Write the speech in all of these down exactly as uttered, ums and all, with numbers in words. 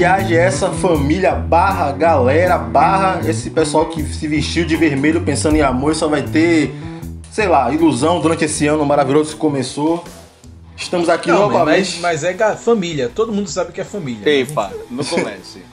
viagem é essa, família barra galera barra esse pessoal que se vestiu de vermelho pensando em amor e só vai ter, sei lá, ilusão durante esse ano maravilhoso que começou. Estamos aqui não, novamente. Mas, mas é ga- família, todo mundo sabe que é família. Epa, não comece.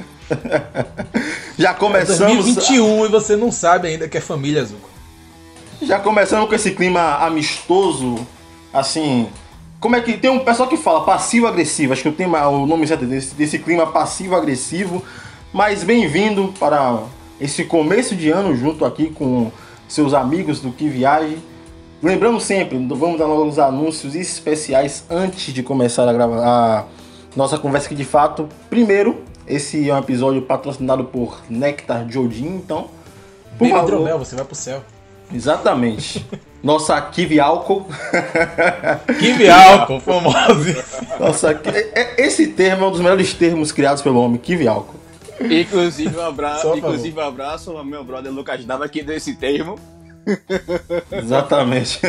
Já É começamos. dois mil e vinte e um e você não sabe ainda que é família, Zuko. Já começamos com esse clima amistoso, assim. Como é que tem um pessoal que fala passivo-agressivo? Acho que eu tenho o nome certo desse, desse clima passivo-agressivo. Mas bem-vindo para esse começo de ano junto aqui com seus amigos do Que Viagem. Lembrando sempre, vamos dar alguns anúncios especiais antes de começar a gravar a nossa conversa aqui de fato. Primeiro, esse é um episódio patrocinado por Nectar de Odin, então, por Beba favor. hidromel, você vai pro céu. Exatamente. Nossa Kiwi Álcool. Kiwi Álcool, famoso. Nossa, esse termo é um dos melhores termos criados pelo homem, Kiwi Álcool. Inclusive, um abraço, Só inclusive, um abraço ao meu brother Lucas Dava que deu esse termo. Exatamente.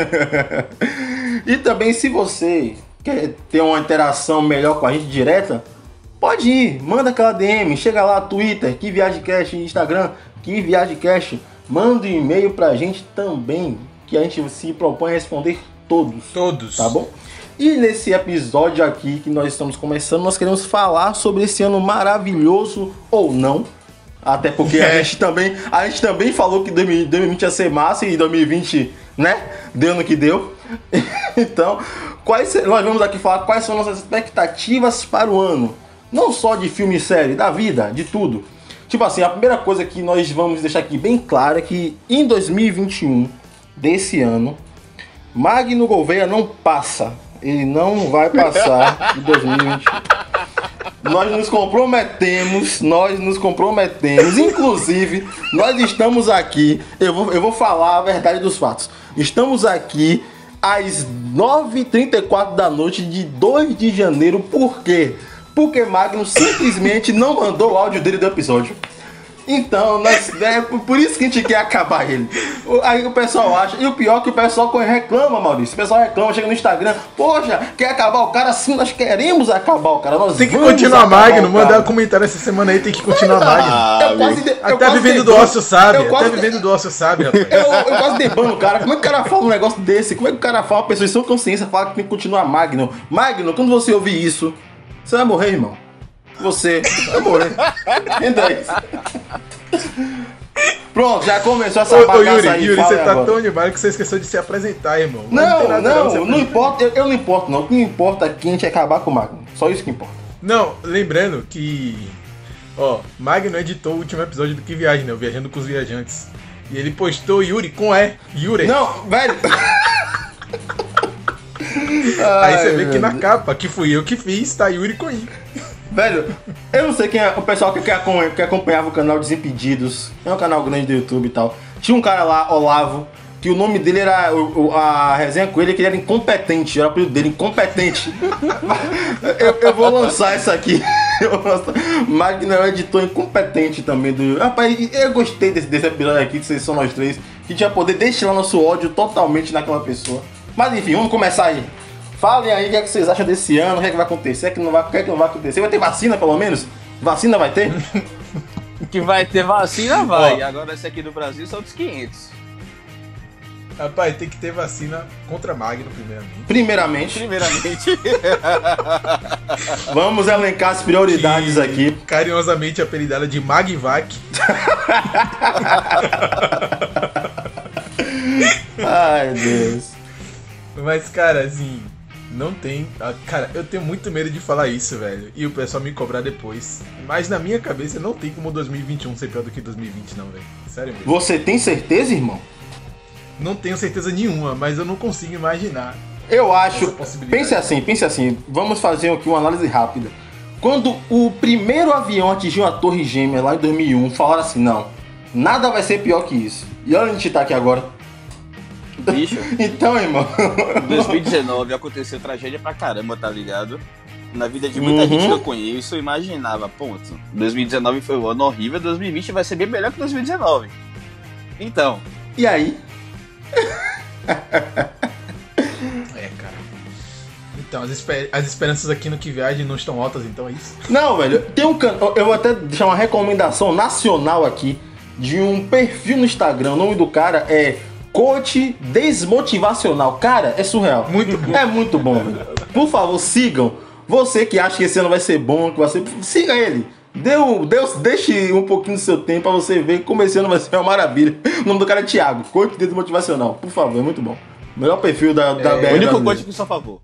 E também, se você quer ter uma interação melhor com a gente direta, pode ir, manda aquela D M, chega lá, Twitter, Que Viagem Cast, Instagram, Que Viagem Cast, manda um e-mail pra gente também, que a gente se propõe a responder todos. Todos. Tá bom? E nesse episódio aqui que nós estamos começando, nós queremos falar sobre esse ano maravilhoso ou não. Até porque É. a gente também, a gente também falou que dois mil e vinte ia ser massa e dois mil e vinte, né? Deu no que deu. Então, quais, nós vamos aqui falar quais são nossas expectativas para o ano. Não só de filme e série, da vida, de tudo. Tipo assim, a primeira coisa que nós vamos deixar aqui bem claro é que em dois mil e vinte e um, desse ano, Magno Gouveia não passa. Ele não vai passar em dois mil e vinte e um. Nós nos comprometemos, nós nos comprometemos, inclusive, nós estamos aqui, eu vou, eu vou falar a verdade dos fatos. Estamos aqui às nove e trinta e quatro da noite de dois de janeiro, por quê? Porque Magno simplesmente não mandou o áudio dele do episódio. Então, nós, é por isso que a gente quer acabar ele. Aí o pessoal acha, e o pior é que o pessoal reclama, Maurício. O pessoal reclama, chega no Instagram, poxa, quer acabar o cara? Sim, nós queremos acabar o cara. Nós Tem que vamos continuar acabar Magno, o cara. mandar um comentário essa semana aí, tem que continuar Magno. Eu quase de, eu Até quase vivendo do debano- ócio sabe, eu até quase- vivendo do ócio sabe, rapaz. Eu, eu quase debano o cara. Como é que o cara fala um negócio desse? Como é que o cara fala, uma pessoa em sua consciência fala que tem que continuar Magno? Magno, quando você ouvir isso, você vai morrer, irmão. Você vai morrer. Entenda isso. Pronto, já começou essa Ô, ô bagaça Yuri, aí. Yuri, fala você aí tá agora. tão animado que você esqueceu de se apresentar, irmão. tem Não, nada não, você não apresentar. importa, eu, eu não importo não. O que importa aqui é a gente acabar com o Magno. Só isso que importa. Não, lembrando que, ó, Magno editou o último episódio do Que Viagem, né? O Viajando com os Viajantes. E ele postou Yuri com E. Yuri. Não, velho. Aí você Ai, vê que meu na capa, que fui eu que fiz, tá Yuri com I. Velho, eu não sei quem é o pessoal que, que acom- que acompanhava o canal Desimpedidos. É um canal grande do YouTube e tal. Tinha um cara lá, Olavo, que o nome dele era. O, o- a resenha com ele é que ele era incompetente. Era o apelido dele, incompetente. eu, eu vou lançar isso aqui. Eu vou lançar. Magno é um editor incompetente também do. Rapaz, eu gostei desse, desse episódio aqui, que vocês são nós três. Que a gente vai poder destilar nosso ódio totalmente naquela pessoa. Mas enfim, vamos começar aí. Falem aí o que, é que vocês acham desse ano, o que é que vai acontecer, o que, é que não vai, o que, é que não vai acontecer. Vai ter vacina pelo menos? Vacina vai ter? Que vai ter vacina, vai. Ó. Agora esse aqui do Brasil são dos quinhentos. Rapaz, tem que ter vacina contra Magno, primeiramente. Primeiramente, Primeiramente. vamos elencar as prioridades Que aqui. Carinhosamente apelidada de Magvac. Ai, Deus. Mas, cara, assim, não tem. ah, Cara, eu tenho muito medo de falar isso, velho. E o pessoal me cobrar depois. Mas na minha cabeça não tem como dois mil e vinte e um ser pior do que dois mil e vinte, não, velho. Sério mesmo. Você tem certeza, irmão? Não tenho certeza nenhuma, mas eu não consigo imaginar. Eu acho. Essa possibilidade. Pense assim, pense assim. Vamos fazer aqui uma análise rápida. Quando o primeiro avião atingiu a Torre Gêmea lá em dois mil e um, falaram assim: não, nada vai ser pior que isso. E olha onde a gente tá aqui agora. Bicho, Então, irmão. em dois mil e dezenove aconteceu tragédia pra caramba, tá ligado? Na vida de muita Uhum. gente que eu conheço, eu imaginava, ponto. dois mil e dezenove foi um ano horrível, dois mil e vinte vai ser bem melhor que dois mil e dezenove. Então, E aí? É, cara. Então, as, esper- as esperanças aqui no Que Viagem não estão altas, então é isso? Não, velho, tem um canal. Eu vou até deixar uma recomendação nacional aqui de um perfil no Instagram. O nome do cara é Coach Desmotivacional. Cara, é surreal. Muito bom. É muito bom, velho. Por favor, sigam. Você que acha que esse ano vai ser bom, que vai ser. Siga ele. Deu, Deus, deixe um pouquinho do seu tempo pra você ver como esse ano vai ser uma maravilha. O nome do cara é Thiago, Coach Desmotivacional. Por favor, é muito bom. Melhor perfil da, da É, B R. o único brasileira. coach que só favor.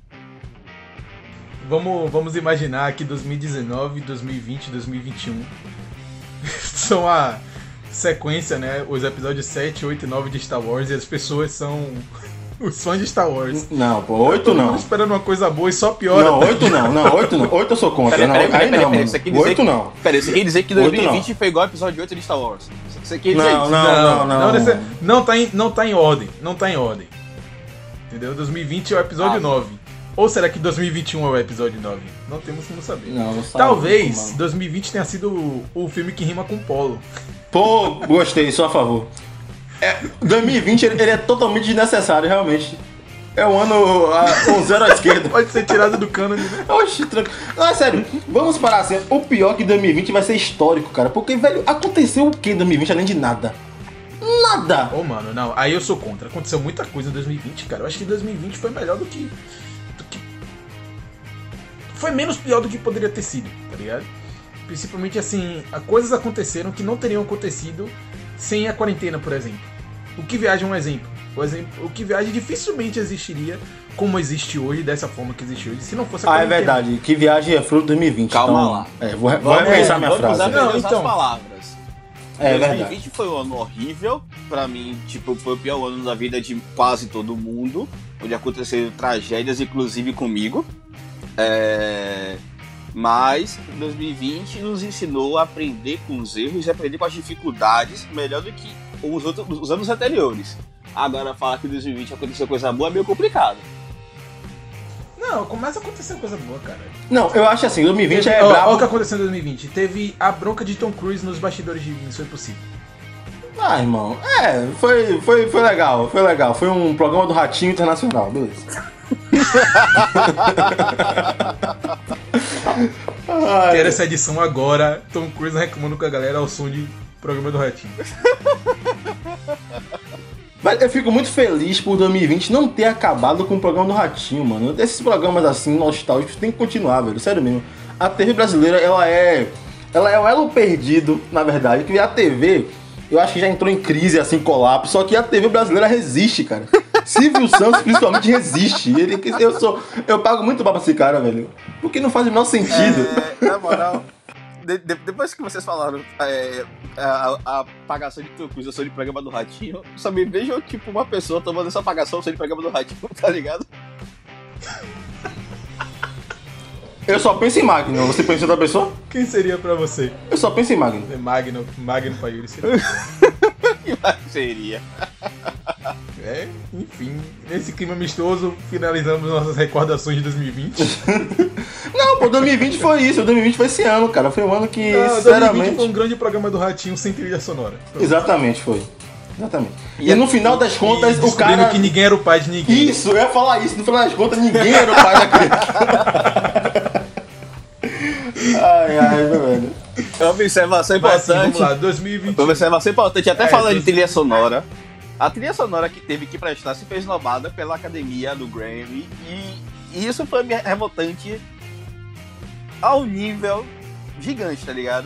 Vamos, vamos imaginar que dois mil e dezenove, dois mil e vinte, dois mil e vinte e um são a sequência, né? Os episódios sete, oito e nove de Star Wars e as pessoas são os fãs de Star Wars. Não, pô, oito Todo não. mundo esperando uma coisa boa e só piora. Não, oito não, não, oito não. Oito eu sou contra. Peraí, não, peraí, peraí, aí peraí, não, peraí, mano. você quer dizer Oito que- não. Peraí, você quer dizer que Oito dois mil e vinte não. foi igual ao episódio oito de Star Wars? Você quer dizer Não, isso? não, não, não. Não, nesse- não, tá em, não tá em ordem. Não tá em ordem. Entendeu? dois mil e vinte é o episódio Ah. nove. Ou será que dois mil e vinte e um é o episódio nove? Não temos como saber. Não, não sabe, Talvez mano. dois mil e vinte tenha sido o, o filme que rima com polo. Pô, gostei, sou a favor. É, dois mil e vinte ele, ele é totalmente desnecessário, realmente. É um ano a, com zero à esquerda. Pode ser tirado do cânone, né? Oxi, tranquilo. Não, é sério, vamos parar assim. O pior que dois mil e vinte vai ser histórico, cara. Porque, velho, aconteceu o que em dois mil e vinte além de nada? Nada! Ô, mano, não. Aí eu sou contra. Aconteceu muita coisa em dois mil e vinte, cara. Eu acho que dois mil e vinte foi melhor do que... do que... Foi menos pior do que poderia ter sido, tá ligado? Principalmente, assim, a- coisas aconteceram que não teriam acontecido sem a quarentena, por exemplo. O Que Viagem é um exemplo. O, exemplo, o Que Viagem dificilmente existiria como existe hoje, dessa forma que existe hoje, se não fosse a Ah, é quarentena. verdade. Que viagem é fruto de dois mil e vinte. Calma então, lá. É, vou, vou Vamos- repensar minha vamos frase. aprender Não, a usar então. as palavras. É dois mil e verdade. vinte foi um ano horrível. Pra mim, tipo, foi o pior ano da vida de quase todo mundo. Onde aconteceram tragédias, inclusive comigo. É... Mas dois mil e vinte nos ensinou a aprender com os erros e aprender com as dificuldades melhor do que os, outros, os anos anteriores. Agora, falar que em dois mil e vinte aconteceu coisa boa é meio complicado. Não, começa a acontecer coisa boa, cara. Não, eu acho assim, dois mil e vinte é Ó, brabo. Olha o que aconteceu em dois mil e vinte. Teve a bronca de Tom Cruise nos bastidores de Missão Impossível. Ah, irmão, é, foi, foi, foi legal, foi legal. Foi um programa do Ratinho Internacional, beleza. Ai, Quero essa edição agora. Tom Cruise reclamando com a galera ao som de programa do Ratinho. Mas eu fico muito feliz por dois mil e vinte não ter acabado com o programa do Ratinho, mano. Esses programas assim, nostálgicos, tem que continuar, velho. Sério mesmo. A T V brasileira, ela é. Ela é um elo perdido, na verdade. Que a T V, eu acho que já entrou em crise, assim, colapso. Só que a T V brasileira resiste, cara. Silvio Santos, principalmente, resiste. Ele, eu, sou, eu pago muito pau pra esse cara, velho. Porque não faz o menor sentido. É, na moral, de- de- depois que vocês falaram é, a, a apagação de Tom Cruise, eu sou de programa do Ratinho, eu só me vejo tipo uma pessoa tomando essa apagação, eu sou de programa do Ratinho, tá ligado? Eu só penso em Magno. Você pensa em outra pessoa? Quem seria pra você? Eu só penso em Magno. Magno, Magno pra Yuri seria. Que mais seria? É, enfim. Nesse clima amistoso, finalizamos nossas recordações de dois mil e vinte. Não, pô, dois mil e vinte foi isso. dois mil e vinte foi esse ano, cara. Foi um ano que, Não, dois mil e vinte sinceramente... foi um grande programa do Ratinho sem trilha sonora. Exatamente, foi. Exatamente. E, E no final das contas, E o descobrindo cara... que ninguém era o pai de ninguém. Isso, eu ia falar isso. No final das contas, ninguém era o pai da criança. Ai, ai, meu velho. É uma observação Mas assim, importante. vamos lá, dois mil e vinte. Uma observação importante, até É, falando de dois- trilha sonora. A trilha sonora que teve que prestar se fez nobada pela academia do Grammy. E, e isso foi me- revoltante ao nível gigante, tá ligado?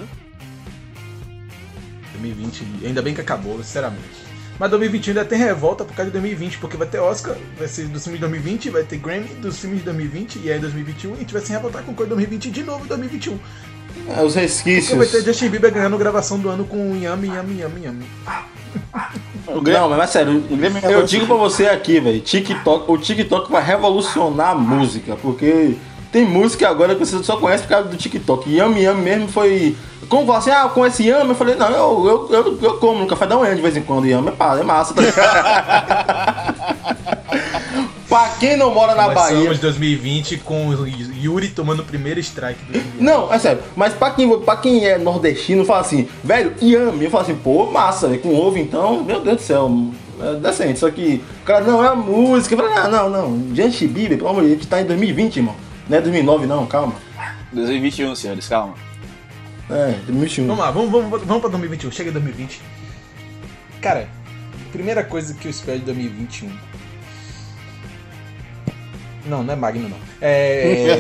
dois mil e vinte, ainda bem que acabou, sinceramente. Mas dois mil e vinte ainda tem revolta por causa de dois mil e vinte, porque vai ter Oscar, vai ser dos filmes de dois mil e vinte, vai ter Grammy dos filmes de dois mil e vinte, e aí dois mil e vinte e um, e a gente vai se revoltar com coisa de dois mil e vinte de novo em dois mil e vinte e um. É, os Porque resquícios. vai ter Justin Bieber ganhando gravação do ano com Yami, Yami, Yami, Yami. O Grammy, Não, mas é sério, o Grammy eu digo pra você aqui, velho, TikTok, o TikTok vai revolucionar a música, porque tem música agora que você só conhece por causa do TikTok. Yami Yami mesmo foi... Como você, ah, com esse Yami, eu falei, não, eu, eu, eu, eu como no café da manhã de vez em quando, Yami é, pá, é massa, tá ligado? Pra quem não mora na Bahia... Começamos dois mil e vinte com o Yuri tomando o primeiro strike do Yuri. Não, é sério, mas pra quem, pra quem é nordestino, fala assim, velho, Yami, eu falo assim, pô, massa, velho, com ovo então, meu Deus do céu, É decente, só que o cara não é a música. Fala, não, não, não. Justin Bieber, pelo amor de Deus, a gente tá em dois mil e vinte, irmão. Não é dois mil e nove, não, calma. dois mil e vinte e um, senhores, calma. É, dois mil e vinte e um. Vamos lá, vamos, vamos, vamos pra dois mil e vinte e um, chega em dois mil e vinte. Cara, primeira coisa que eu espero de dois mil e vinte e um. Não, não é Magno, não. É.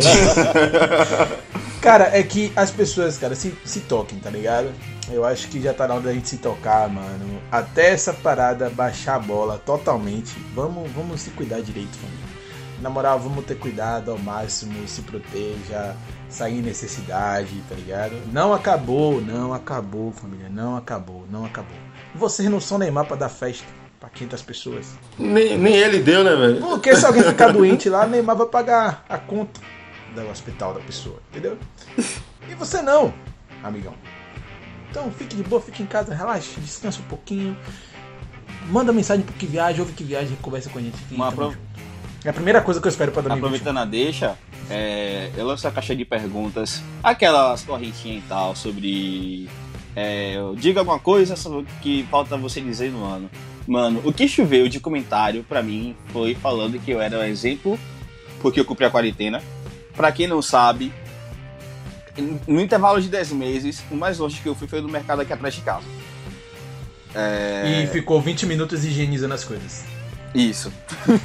Cara, é que as pessoas, cara, se, se toquem, tá ligado? Eu acho que já tá na hora da gente se tocar, mano. Até essa parada baixar a bola totalmente. Vamos, vamos se cuidar direito, família. Na moral, vamos ter cuidado ao máximo, se proteja, sair em necessidade, tá ligado? Não acabou, não acabou, família. Não acabou, não acabou. Vocês não são Neymar pra dar festa pra quinhentas pessoas. Nem, nem ele deu, né, velho? Porque se alguém ficar doente lá, Neymar vai pagar a conta do hospital da pessoa, entendeu? E você não, amigão. Então fique de boa, fique em casa, relaxe, descansa um pouquinho. Manda mensagem pro Que Viaja, ouve Que Viaja e conversa com a gente aqui. Uma pro... É a primeira coisa que eu espero pra dois mil e vinte e um. Aproveitando a deixa, é, eu lanço a caixa de perguntas, aquelas correntinhas e tal, sobre... É, diga alguma coisa sobre o que falta você dizer no ano. Mano, o que choveu de comentário pra mim foi falando que eu era um exemplo porque eu cumpri a quarentena. Pra quem não sabe, no intervalo de dez meses, o mais longe que eu fui foi no mercado aqui atrás de casa. É... E ficou vinte minutos higienizando as coisas. Isso.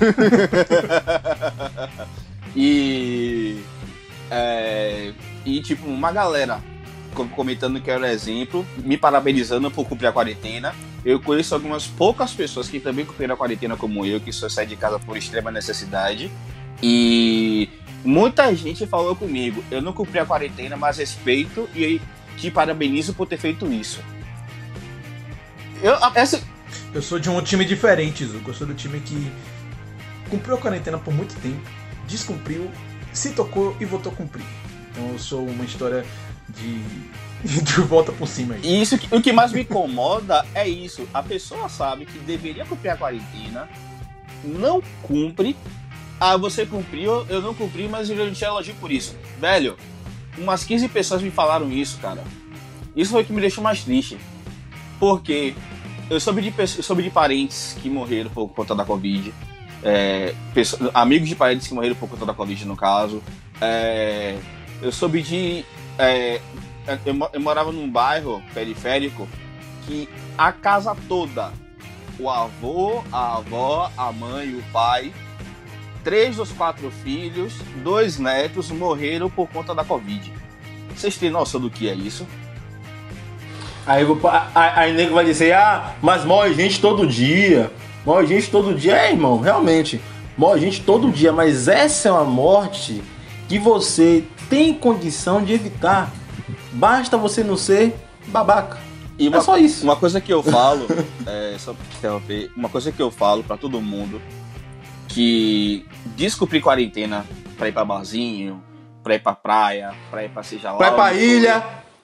e... É... E, tipo, uma galera comentando que eu era exemplo, me parabenizando por cumprir a quarentena. Eu conheço algumas poucas pessoas que também cumpriram a quarentena como eu, que só saem de casa por extrema necessidade. E muita gente falou comigo, eu não cumpri a quarentena, mas respeito e te parabenizo por ter feito isso. Eu, essa... eu sou de um time diferente, Zuko. Eu sou do time que cumpriu a quarentena por muito tempo, descumpriu, se tocou e voltou a cumprir. Então eu sou uma história de, de volta por cima aí. E isso, o que mais me incomoda é isso. A pessoa sabe que deveria cumprir a quarentena, não cumpre. Ah, você cumpriu, eu não cumpri, mas eu não te elogio por isso. Velho, umas quinze pessoas me falaram isso, cara. Isso foi o que me deixou mais triste. Porque eu soube de, eu soube de parentes que morreram por conta da Covid. É, pessoas, amigos de parentes que morreram por conta da Covid, no caso. É, eu soube de... É, eu, eu morava num bairro periférico que a casa toda, o avô, a avó, a mãe, o pai, três dos quatro filhos, dois netos morreram por conta da Covid. Vocês têm noção do que é isso? Aí o aí, nego vai dizer, ah, mas morre gente todo dia. Morre gente todo dia. É, irmão, realmente, morre gente todo dia. Mas essa é uma morte que você tem condição de evitar. Basta você não ser babaca. E uma, é só isso. Uma coisa que eu falo, é, só pra interromper, uma coisa que eu falo pra todo mundo que descumprir quarentena pra ir pra barzinho, pra ir pra praia, pra ir pra seja lá. Pra ir pra ilha.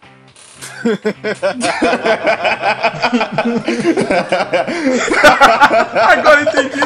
Agora entendi.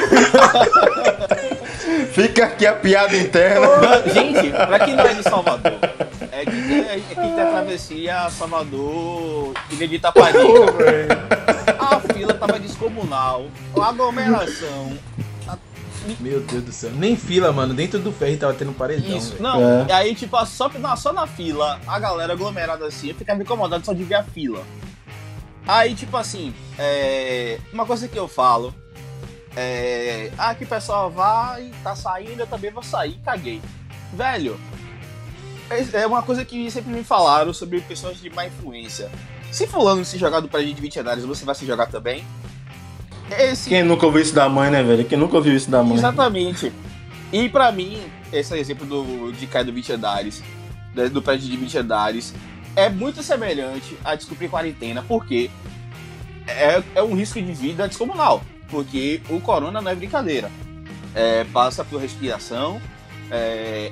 Fica aqui a piada interna. Gente, pra quem não é de Salvador, é que é, é quem tem a travessia Salvador e de Itaparica. A fila tava descomunal, a aglomeração. Meu Deus do céu. Nem fila, mano. Dentro do ferry tava tendo um paredão. Isso, véio. não. É. Aí, tipo, só, na, só na fila, a galera aglomerada assim, eu ficava incomodado só de ver a fila. Aí, tipo assim, é... uma coisa que eu falo é... ah, que o pessoal vai, tá saindo, eu também vou sair, caguei. Velho, é uma coisa que sempre me falaram sobre pessoas de má influência. Se fulano se jogar do prédio de vinte andares, você vai se jogar também? Esse... Quem nunca ouviu isso da mãe, né, velho? Quem nunca ouviu isso da mãe? Exatamente. E pra mim, esse exemplo do, de cair do vinte andares, do prédio de vinte andares, é muito semelhante a descumprir quarentena, porque é, é um risco de vida descomunal. Porque o corona não é brincadeira. É, passa por respiração, é,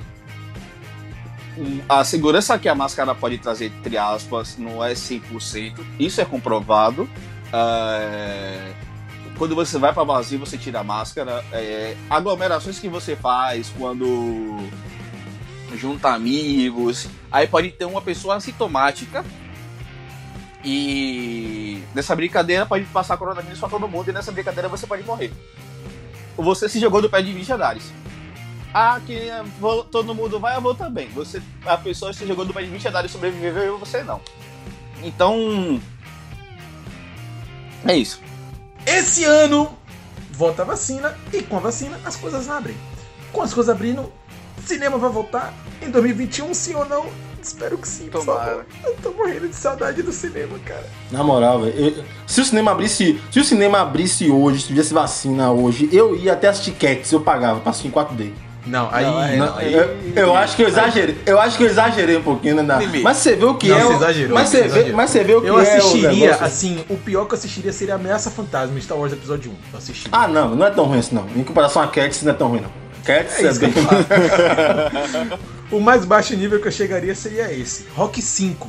a segurança que a máscara pode trazer, entre aspas, não é cem por cento. Isso é comprovado. É, quando você vai para barzinho, você tira a máscara. É, aglomerações que você faz quando junta amigos. Aí pode ter uma pessoa assintomática e nessa brincadeira pode passar coronavírus pra todo mundo e nessa brincadeira você pode morrer. Você se jogou do pé de vinte andares. Ah, que vou, todo mundo vai, eu vou também. Você, a pessoa se jogou do pé de vinte andares e sobreviveu e você não. Então... É isso. Esse ano, volta a vacina e com a vacina as coisas abrem. Com as coisas abrindo, cinema vai voltar em dois mil e vinte e um, sim ou não? Espero que sim, por favor. Eu tô morrendo de saudade do cinema, cara. Na moral, velho, se o cinema abrisse, se o cinema abrisse hoje, se tivesse vacina hoje, eu ia até assistir Cats, eu pagava pra assistir em quatro D. Não, aí... Não, aí, Não, não, aí eu, eu acho que eu exagerei. Eu acho que eu exagerei um pouquinho, né? Limite. Mas você vê o que Não, é. você o- exagerou, mas, você você vê, exagerou. mas você vê o que Eu é. o assistiria, negócio. assim, o pior que eu assistiria seria Ameaça Fantasma, Star Wars Episódio um. Eu assistiria. Ah, não, não é tão ruim assim, não. Em comparação a Cats, não é tão ruim, não. Cats É é, isso que bem. eu falo. O mais baixo nível que eu chegaria seria esse. Rock cinco.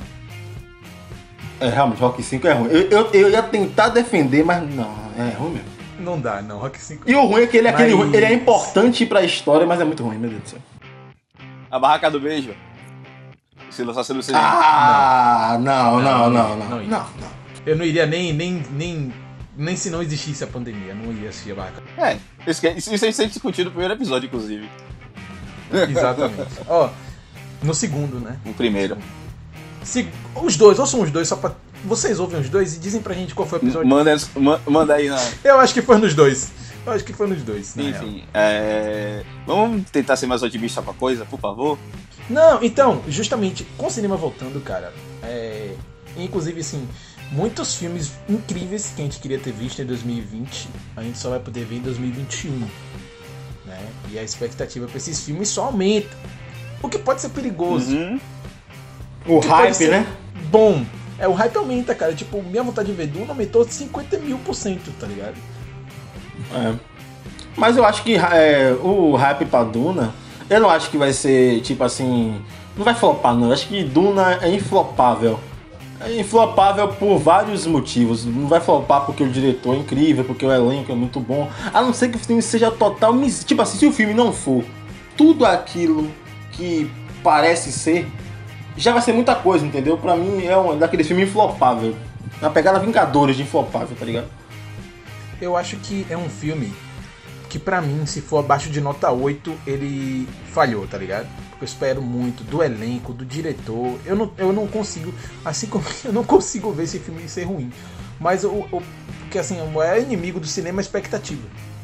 É, realmente, Rock cinco é ruim. Eu, eu, eu ia tentar defender, mas não, é ruim mesmo. Não dá, não. Rock cinco. E o ruim é que ele é, aquele, Mas- ruim- ele é importante pra história, mas é muito ruim, meu Deus do céu. A Barraca do Beijo. Se lançasse no cinema. Ah, não, não, não, não. não Não, ia. não. Eu não iria nem, nem, nem, nem se não existisse a pandemia. Não iria assistir a barraca. É, isso, que- isso, isso a gente discutiu no primeiro episódio, inclusive. Exatamente. Ó, no segundo, né? No primeiro. Se, os dois, ouçam os dois, só pra. Vocês ouvem os dois e dizem pra gente qual foi o episódio. Manda, ma- manda aí na. Eu acho que foi nos dois. Eu acho que foi nos dois. na real. Enfim, é... vamos tentar ser mais otimista com a coisa, por favor? Não, então, justamente, com o cinema voltando, cara, é... inclusive, assim, muitos filmes incríveis que a gente queria ter visto em dois mil e vinte, a gente só vai poder ver em dois mil e vinte e um, né? E a expectativa pra esses filmes só aumenta. O que pode ser perigoso. Uhum. O que pode hype, ser né? Bom. É, o hype aumenta, cara. Tipo, minha vontade de ver Duna aumentou cinquenta mil por cento, tá ligado? É. Mas eu acho que é, o hype pra Duna, eu não acho que vai ser, tipo assim... Não vai flopar, não. Eu acho que Duna é inflopável. É inflopável por vários motivos. Não vai flopar porque o diretor é incrível, porque o elenco é muito bom. A não ser que o filme seja total... mis- Tipo assim, se o filme não for tudo aquilo que parece ser, já vai ser muita coisa, entendeu? Pra mim é um daquele filme inflopável. Na pegada Vingadores de inflopável, tá ligado? Eu acho que é um filme que, pra mim, se for abaixo de nota oito, ele falhou, tá ligado? Porque eu espero muito do elenco, do diretor. Eu não, eu não consigo, assim como eu não consigo ver esse filme ser ruim. Mas o, o porque assim, o maior inimigo do cinema é a expectativa.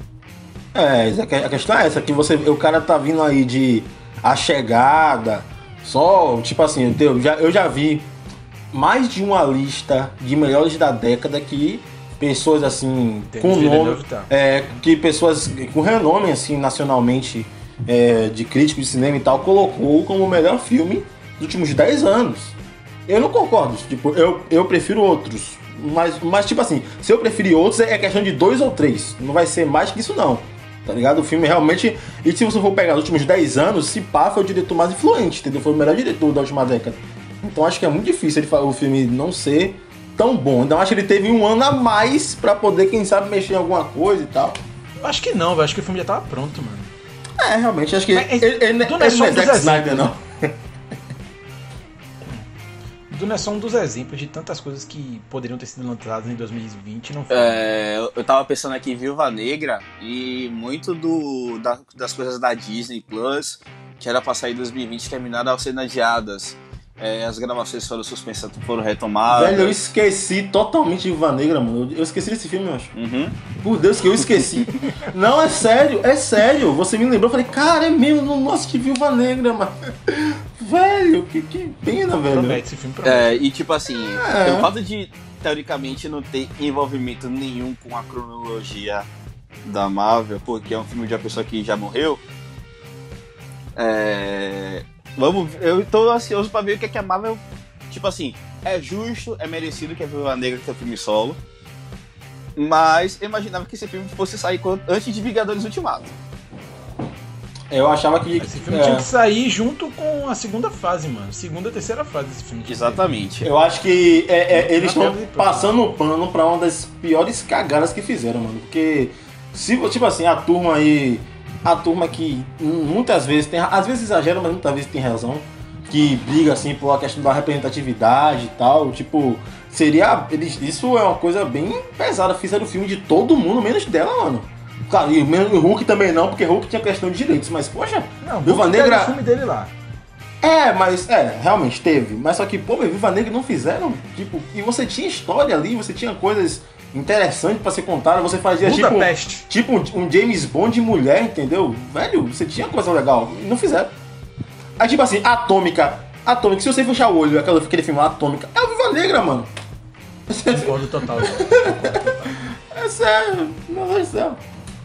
É, a questão é essa, que você, o cara tá vindo aí de A Chegada, só, tipo assim, eu já, eu já vi mais de uma lista de melhores da década que pessoas assim, Denis com nome, Villeneuve tá. é, que pessoas com renome assim, nacionalmente, é, de críticos de cinema e tal, colocou como o melhor filme dos últimos dez anos. Eu não concordo, tipo, eu, eu prefiro outros. Mas, mas, tipo assim, se eu preferir outros, é questão de dois ou três. Não vai ser mais que isso, não. Tá ligado? O filme realmente... E se você for pegar os últimos dez anos, se pá, foi o diretor mais influente, entendeu? Foi o melhor diretor da última década. Então acho que é muito difícil ele, o filme não ser tão bom. Então acho que ele teve um ano a mais pra poder, quem sabe, mexer em alguma coisa e tal. Eu acho que não, velho. Acho que o filme já tava pronto, mano. É, realmente, acho que Mas, ele, ele, ele, Duna ele é só não é um Zack dos Snyder, exemplos, não. Duna é só um dos exemplos de tantas coisas que poderiam ter sido lançadas em dois mil e vinte e não foi. É, eu- eu tava pensando aqui em Viúva Negra e muito do, da- das coisas da Disney Plus, que era pra sair em dois mil e vinte, terminaram a sendo adiadas. É, as gravações foram suspensas, foram retomadas. Velho, eu esqueci totalmente de Viúva Negra, mano. Eu, eu esqueci desse filme, eu acho. Uhum. Por Deus que eu esqueci. Não, é sério, é sério. Você me lembrou, eu falei, cara, é mesmo, não não assisti Viúva Negra, mano. Velho, que, que pena, velho. Promete, esse filme promete. É, e tipo assim, É. o fato de, teoricamente, não ter envolvimento nenhum com a cronologia da Marvel, porque é um filme de uma pessoa que já morreu. É, vamos, eu tô ansioso pra ver o que, é que a Marvel. Tipo assim, é justo, é merecido que a Viúva Negra tenha um filme solo. Mas eu imaginava que esse filme fosse sair quando- antes de Vingadores Ultimato. Eu achava que. Esse filme é, tinha que sair junto com a segunda fase, mano. Segunda, terceira fase desse filme. tinha que Exatamente. Eu acho que é, é, eles Na estão tela de passando o pano pra uma das piores cagadas que fizeram, mano. Porque, se, tipo assim, a turma aí. A turma que muitas vezes tem. Às vezes exagera, mas muitas vezes tem razão. que briga assim por a questão da representatividade e tal, tipo, seria, eles, isso é uma coisa bem pesada, fizeram o filme de todo mundo, menos dela, mano. Claro, e o Hulk também não, porque Hulk tinha questão de direitos, mas poxa, Não, Viúva Hulk Negra... teve o filme dele lá. É, mas, é, realmente teve, mas só que, pô, meu, Viúva Negra não fizeram, tipo, e você tinha história ali, você tinha coisas interessantes pra ser contadas, você fazia Budapeste. tipo, tipo um James Bond de mulher, entendeu? Velho, você tinha coisa legal, e não fizeram. Aí, tipo assim, Atômica, Atômica, se você fechar o olho, aquela, aquele filme Atômica, é o Viúva Negra, mano. Concordo total, velho. Concordo total. É sério, meu Deus do céu.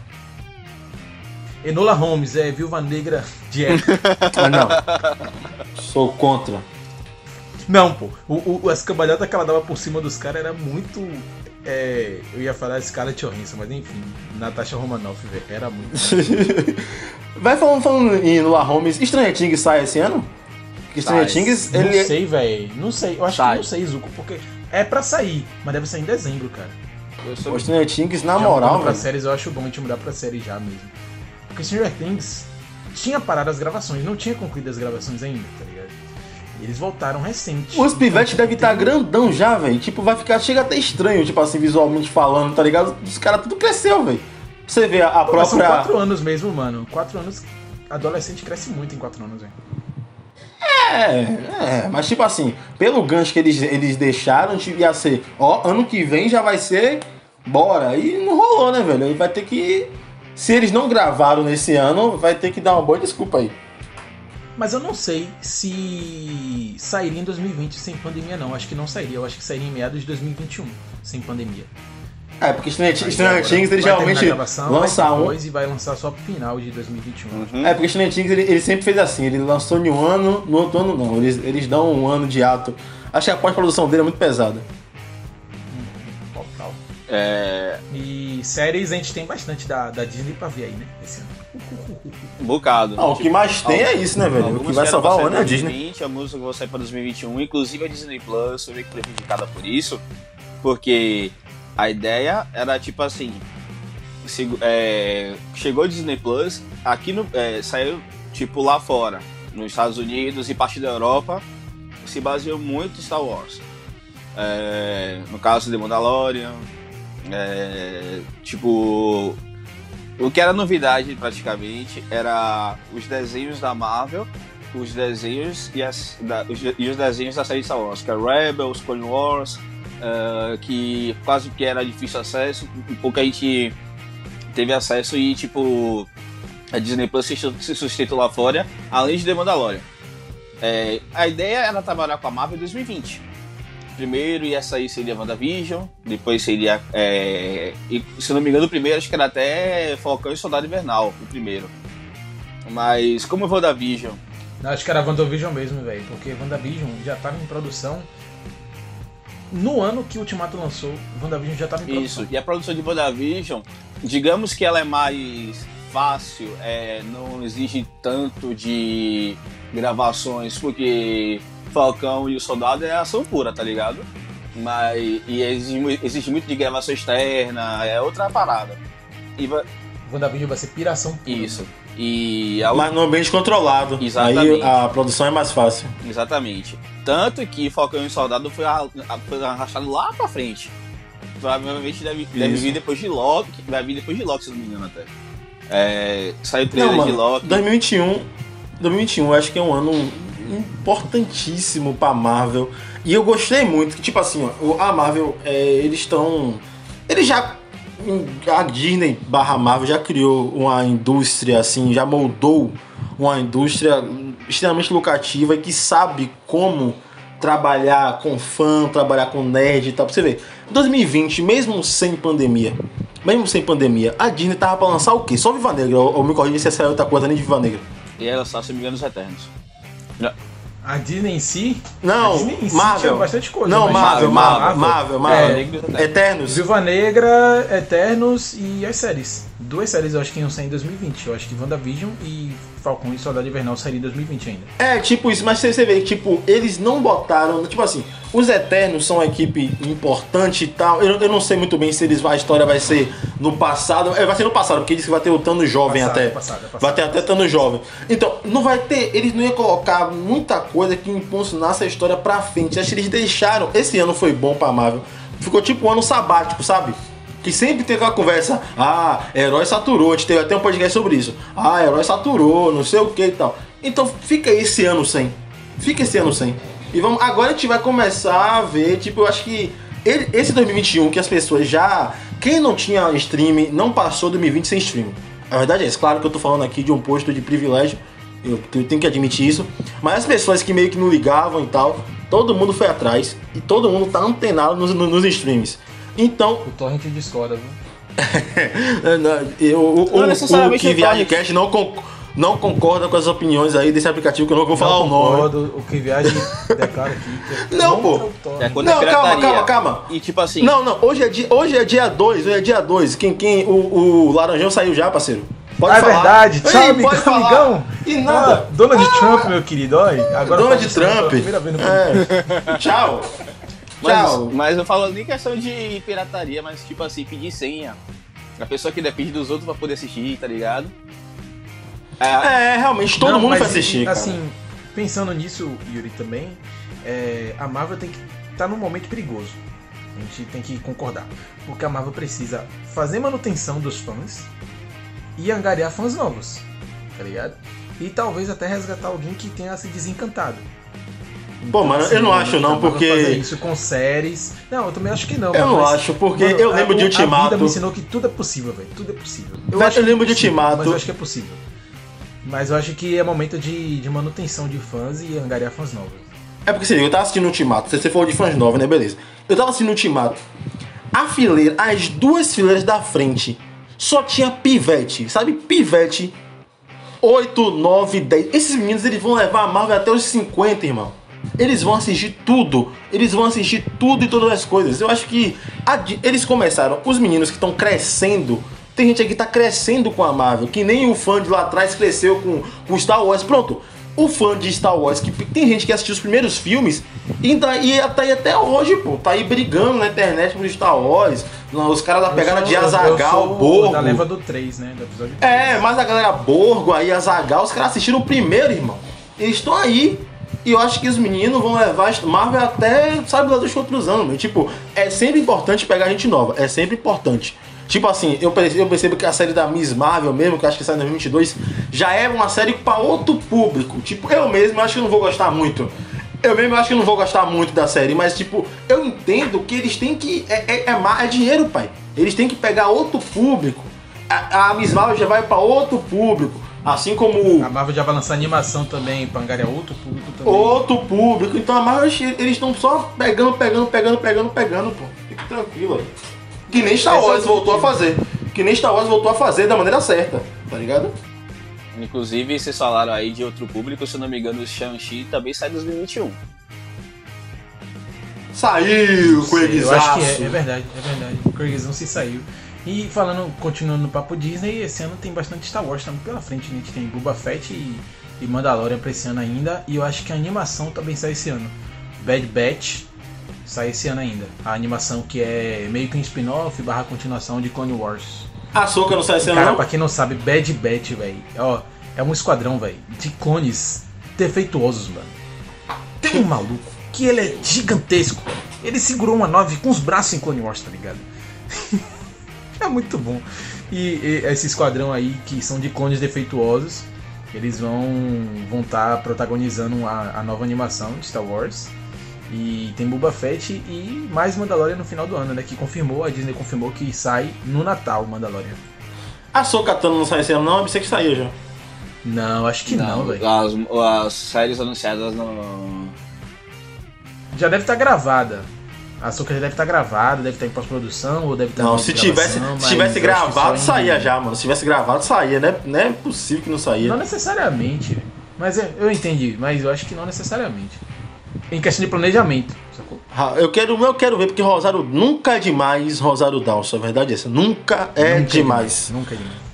Enola Holmes é Viúva Negra de época. Ah, não. Sou contra. Não, pô. O, o, as cambalhotas que ela dava por cima dos caras era muito... É, eu ia falar Scarlett Johansson, mas enfim. Natasha Romanoff, velho. Era muito... Vai falando, falando em Enola Holmes. Stranger Things sai esse ano? Porque Stranger Things, Não ele... sei, velho. Não sei. Eu acho Sai. que não sei, Zuko, porque é pra sair, mas deve sair em dezembro, cara. Eu sou... O Stranger Things, na Já moral, mudando pra velho. séries, eu acho bom a gente mudar pra série já mesmo. Porque Stranger Things tinha parado as gravações, não tinha concluído as gravações ainda, tá ligado? E eles voltaram recente. Os pivetes Então, devem estar tem- grandão já, velho. Tipo, vai ficar... Chega até estranho, tipo assim, visualmente falando, tá ligado? Os caras tudo cresceu, velho. Você vê a, a Pô, mas são própria... quatro anos mesmo, mano. Quatro anos. Adolescente cresce muito em quatro anos, velho. É, é, mas tipo assim, pelo gancho que eles, eles deixaram, tipo, ia ser, ó, ano que vem já vai ser, bora. E não rolou, né, velho? Aí vai ter que... Se eles não gravaram nesse ano, vai ter que dar uma boa desculpa aí. Mas eu não sei se sairia em dois mil e vinte sem pandemia, não. Acho que não sairia. Eu acho que sairia em meados de dois mil e vinte e um, sem pandemia. É, porque Stranger Aí Stranger agora Things, eles vai terminar geralmente a gravação, vai lançam um... depois e vai lançar só pro final de dois mil e vinte e um. Uhum. É, porque Stranger Things, ele, ele sempre fez assim, ele lançou em um ano, no outro ano não. Eles, eles dão um ano de ato. Acho que a pós-produção dele é muito pesada. Total. É... E séries a gente tem bastante da, da Disney pra ver aí, né? Esse ano. Um bocado. Ah, o que mais tem é isso, né, velho? O que vai salvar o ano é a Disney. dois mil e vinte, a música que vai sair pra dois mil e vinte e um, inclusive a Disney Plus foi meio que prejudicada por isso, porque a ideia era tipo assim, se, é, chegou a Disney Plus, aqui no, é, saiu tipo lá fora, nos Estados Unidos e parte da Europa, se baseou muito em Star Wars. É, no caso de Mandalorian, é, tipo... O que era novidade praticamente era os desenhos da Marvel, os desenhos e, as, da, os, e os desenhos da série Star Wars, que é Rebels, Clone Wars, uh, que quase que era difícil acesso, pouca gente teve acesso e tipo a Disney Plus se sustentou lá fora, além de The Mandalorian. É, a ideia era trabalhar com a Marvel em dois mil e vinte. Primeiro ia sair seria WandaVision, depois seria, é, e, se não me engano, o primeiro acho que era até Falcão e Soldado Invernal, o primeiro. Mas como o WandaVision... Acho que era WandaVision mesmo, velho, porque WandaVision já tava em produção no ano que o Ultimato lançou. WandaVision já tava em produção. Isso, e a produção de WandaVision, digamos que ela é mais fácil, é, não exige tanto de gravações, porque... Falcão e o Soldado é ação pura, tá ligado? Mas e exige, exige muito de gravação externa, é outra parada. E vai... WandaVision vai ser piração pura. Isso. E a... Mas no ambiente controlado. Exatamente. Aí a produção é mais fácil. Exatamente. Tanto que Falcão e o Soldado foi, a... foi arrastado lá pra frente. Provavelmente deve, deve vir depois de Loki, vai vir depois de Loki, se não me engano até. É... Saiu o trailer Não, de mano, Loki. dois mil e vinte e um, dois mil e vinte e um eu acho que é um ano importantíssimo pra Marvel. E eu gostei muito que, tipo assim, ó, a Marvel, é, eles estão... Eles já... A Disney barra Marvel já criou uma indústria, assim, já moldou uma indústria extremamente lucrativa e que sabe como trabalhar com fã, trabalhar com nerd e tal. Pra você ver, dois mil e vinte, mesmo sem pandemia, mesmo sem pandemia, a Disney tava pra lançar o quê? Só Viva Negra, ou, ou me corrija se essa é outra coisa nem de Viva Negra. E ela só, se não me engano, os Eternos. A Disney em si? Não, a Disney em si Marvel. tinha bastante coisa. Não, mas Marvel, Marvel, Marvel, Marvel. É, Eternos. Viúva Negra, Eternos e as séries. Duas séries eu acho que iam sair em dois mil e vinte. Eu acho que WandaVision e Falcão e Soldado Invernal sairiam em dois mil e vinte ainda. É, tipo isso, mas você, você vê, tipo, eles não botaram, tipo assim, Os Eternos são uma equipe importante e tal. Eu, eu não sei muito bem se eles, a história vai ser no passado. É, vai ser no passado, porque diz que vai ter o Thanos jovem Passado, até. passado, passado, vai ter até Thanos jovem. Então, não vai ter. Eles não iam colocar muita coisa que impulsionasse a história pra frente. Acho que eles deixaram. Esse ano foi bom pra Marvel. Ficou tipo um ano sabático, sabe? Que sempre tem aquela conversa. Ah, herói saturou. A gente teve até um podcast sobre isso. Ah, herói saturou, não sei o que e tal. Então, fica esse ano sem. Fica esse ano sem. E vamos, agora a gente vai começar a ver, tipo, eu acho que ele, esse dois mil e vinte e um que as pessoas já... Quem não tinha stream não passou dois mil e vinte sem stream. A verdade é isso. Claro que eu tô falando aqui de um posto de privilégio, eu, eu tenho que admitir isso. Mas as pessoas que meio que não ligavam e tal, todo mundo foi atrás e todo mundo tá antenado nos, nos streams. Então... O Torrent discorda, viu? eu, o, não o, necessariamente o que o Torrent. ViagemCast não concorda. Não concorda com as opiniões aí desse aplicativo que eu não vou falar não o nome. concordo, o que viagem declara aqui. Que Não, pô. É contra Não, a calma, pirataria. calma, calma. E tipo assim. Não, não, hoje é dia hoje é dia dois, hoje é dia dois. Quem, quem, o, o Laranjão saiu já, parceiro. Pode Ah, é falar. verdade. Tchau, Ei, amigão, pode falar. amigão. E nada. Ah, Donald Trump, meu querido. Olha, agora Donald fala isso pela Trump. primeira vez no podcast. É. Tchau. Mas, Tchau. mas eu falo nem questão de pirataria, mas tipo assim, pedir senha. A pessoa que depende dos outros pra poder assistir, tá ligado? É, realmente, todo Não, mundo mas, vai assistir, cara. Assim, pensando nisso, Yuri, também, é, a Marvel tem que estar tá num momento perigoso. A gente tem que concordar. Porque a Marvel precisa fazer manutenção dos fãs e angariar fãs novos, tá ligado? E talvez até resgatar alguém que tenha se desencantado. Pô, mano, eu não acho não, porque... fazer isso com séries... Não, eu também acho que não. Eu não mas, acho, porque mano, eu lembro a, de A Ultimato... vida me ensinou que tudo é possível, velho. Tudo é possível. Eu, eu lembro de possível, Ultimato... Mas eu acho que é possível. Mas eu acho que é momento de, de manutenção de fãs e angariar fãs novos. É porque, assim, eu tava assistindo Ultimato. Se você for de fãs novos, né? Beleza. Eu tava assistindo Ultimato. A fileira, as duas fileiras da frente, só tinha pivete. Sabe? Pivete. oito, nove, dez. Esses meninos, eles vão levar a Marvel até os cinquenta, irmão. Eles vão assistir tudo. Eles vão assistir tudo e todas as coisas. Eu acho que a, eles começaram, os meninos que estão crescendo. Tem gente aqui que tá crescendo com a Marvel, que nem o fã de lá atrás cresceu com, com Star Wars. Pronto, o fã de Star Wars, que tem gente que assistiu os primeiros filmes e tá aí, tá aí até hoje, pô. Tá aí brigando na internet por Star Wars. Os caras da pegada de Azaghal, Borgo. Da leva do três, né? Do episódio três. É, mas a galera Borgo aí, Azaghal, os caras assistiram o primeiro, irmão. Eles estão aí. E eu acho que os meninos vão levar Marvel até, sabe, lá dos outros anos. Tipo, é sempre importante pegar gente nova. É sempre importante. Tipo assim, eu percebo, eu percebo que a série da Miss Marvel mesmo, que eu acho que sai em dois mil e vinte e dois, já é uma série para outro público. Tipo, eu mesmo acho que eu não vou gostar muito. Eu mesmo acho que eu não vou gostar muito da série, mas tipo, eu entendo que eles têm que... É, é, é, é dinheiro, pai. Eles têm que pegar outro público. A, a Miss Marvel já vai para outro público. Assim como... A Marvel já vai lançar animação também, pra angariar outro público também. Outro público. Então a Marvel, eles estão só pegando, pegando, pegando, pegando, pegando, pô. Fique tranquilo aí. Que nem Star Wars voltou a fazer. Que nem Star Wars voltou a fazer da maneira certa, tá ligado? Inclusive, vocês falaram aí de outro público, se eu não me engano, o Shang-Chi também sai em dois mil e vinte e um. Saiu, Craigzaço. Eu acho que é, é verdade, é verdade. O Craigzão se saiu. E falando, continuando no papo Disney, esse ano tem bastante Star Wars também pela frente, né? A gente tem Boba Fett e, e Mandalorian pra esse ano ainda. E eu acho que a animação também sai esse ano. Bad Batch sai esse ano ainda. A animação que é meio que um spin-off barra continuação de Clone Wars. A Ahsoka não sai esse ano, Cara, não? pra quem não sabe, Bad Batch, velho, ó, é um esquadrão, velho, de clones defeituosos, mano. Tem um maluco que ele é gigantesco. Ele segurou uma nave com os braços em Clone Wars, tá ligado? É muito bom. E, e esse esquadrão aí, que são de clones defeituosos, eles vão vão estar tá protagonizando a, a nova animação de Star Wars. E tem Boba Fett e mais Mandalorian no final do ano, né? Que confirmou, a Disney confirmou que sai no Natal Mandalorian. A Ahsoka Tano não sai esse ano, não? Eu pensei que saiu já. Não, acho que não, velho. As, as séries anunciadas no... Já deve estar gravada. A Ahsoka já deve estar gravada, deve estar em pós-produção, ou deve estar Não, em se tivesse, gravação, se tivesse mas eu acho que gravado, só em- saía já, mano. Se tivesse gravado, saía, né? Não é possível que não saía. Não necessariamente, mas é, eu entendi, mas eu acho que não necessariamente. Em questão de planejamento, sacou? Ah, Eu quero, eu quero ver, porque Rosário nunca é demais, Rosário Dawson. A verdade é essa. Nunca é Nunca demais. Nunca é demais.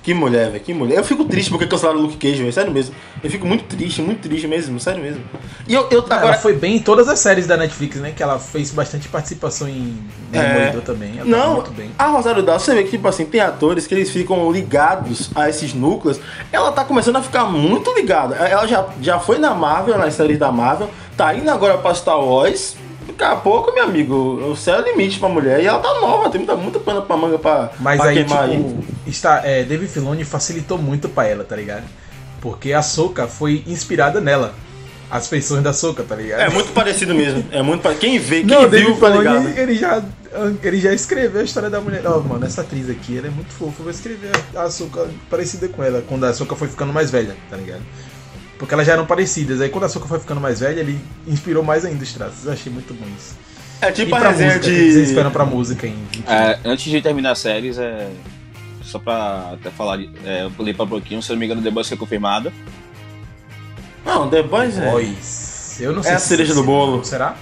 Que mulher, velho, que mulher. Eu fico triste porque cancelaram o Luke Cage, velho, sério mesmo. Eu fico muito triste, muito triste mesmo, sério mesmo. E eu, eu agora... Ela foi bem em todas as séries da Netflix, né? Que ela fez bastante participação em Demolidor é... também. Ela não, muito bem. A Rosário Dawson, você vê que, tipo assim, tem atores que eles ficam ligados a esses núcleos. Ela tá começando a ficar muito ligada. Ela já, já foi na Marvel, nas séries da Marvel, tá indo agora pra Star Wars. Daqui a pouco, meu amigo, o céu é o limite pra mulher. E ela tá nova, tem muita, muita pano pra manga pra, Mas pra aí, queimar tipo, aí. Está, é, Dave Filoni facilitou muito pra ela, tá ligado? Porque a Ahsoka foi inspirada nela. As feições da Ahsoka, tá ligado? É muito parecido mesmo. É muito parecido. Quem vê, quem Não, viu, tá ligado? Ele já, ele já escreveu a história da mulher. Ó, oh, mano, essa atriz aqui, ela é muito fofa. Eu vou escrever a Ahsoka parecida com ela, quando a Ahsoka foi ficando mais velha, tá ligado? Porque elas já eram parecidas. Aí quando a Ahsoka foi ficando mais velha, ele inspirou mais ainda os traços. Eu achei muito bom isso. É tipo e a pra resenha música, de... que vocês esperam pra música em é, antes de terminar as séries, é... só pra até falar, é, eu pulei pra um pouquinho, se eu não me engano, The Boys foi confirmada. Não, The Boys é... Boys. Eu não sei é a se cereja se, do bolo. Será?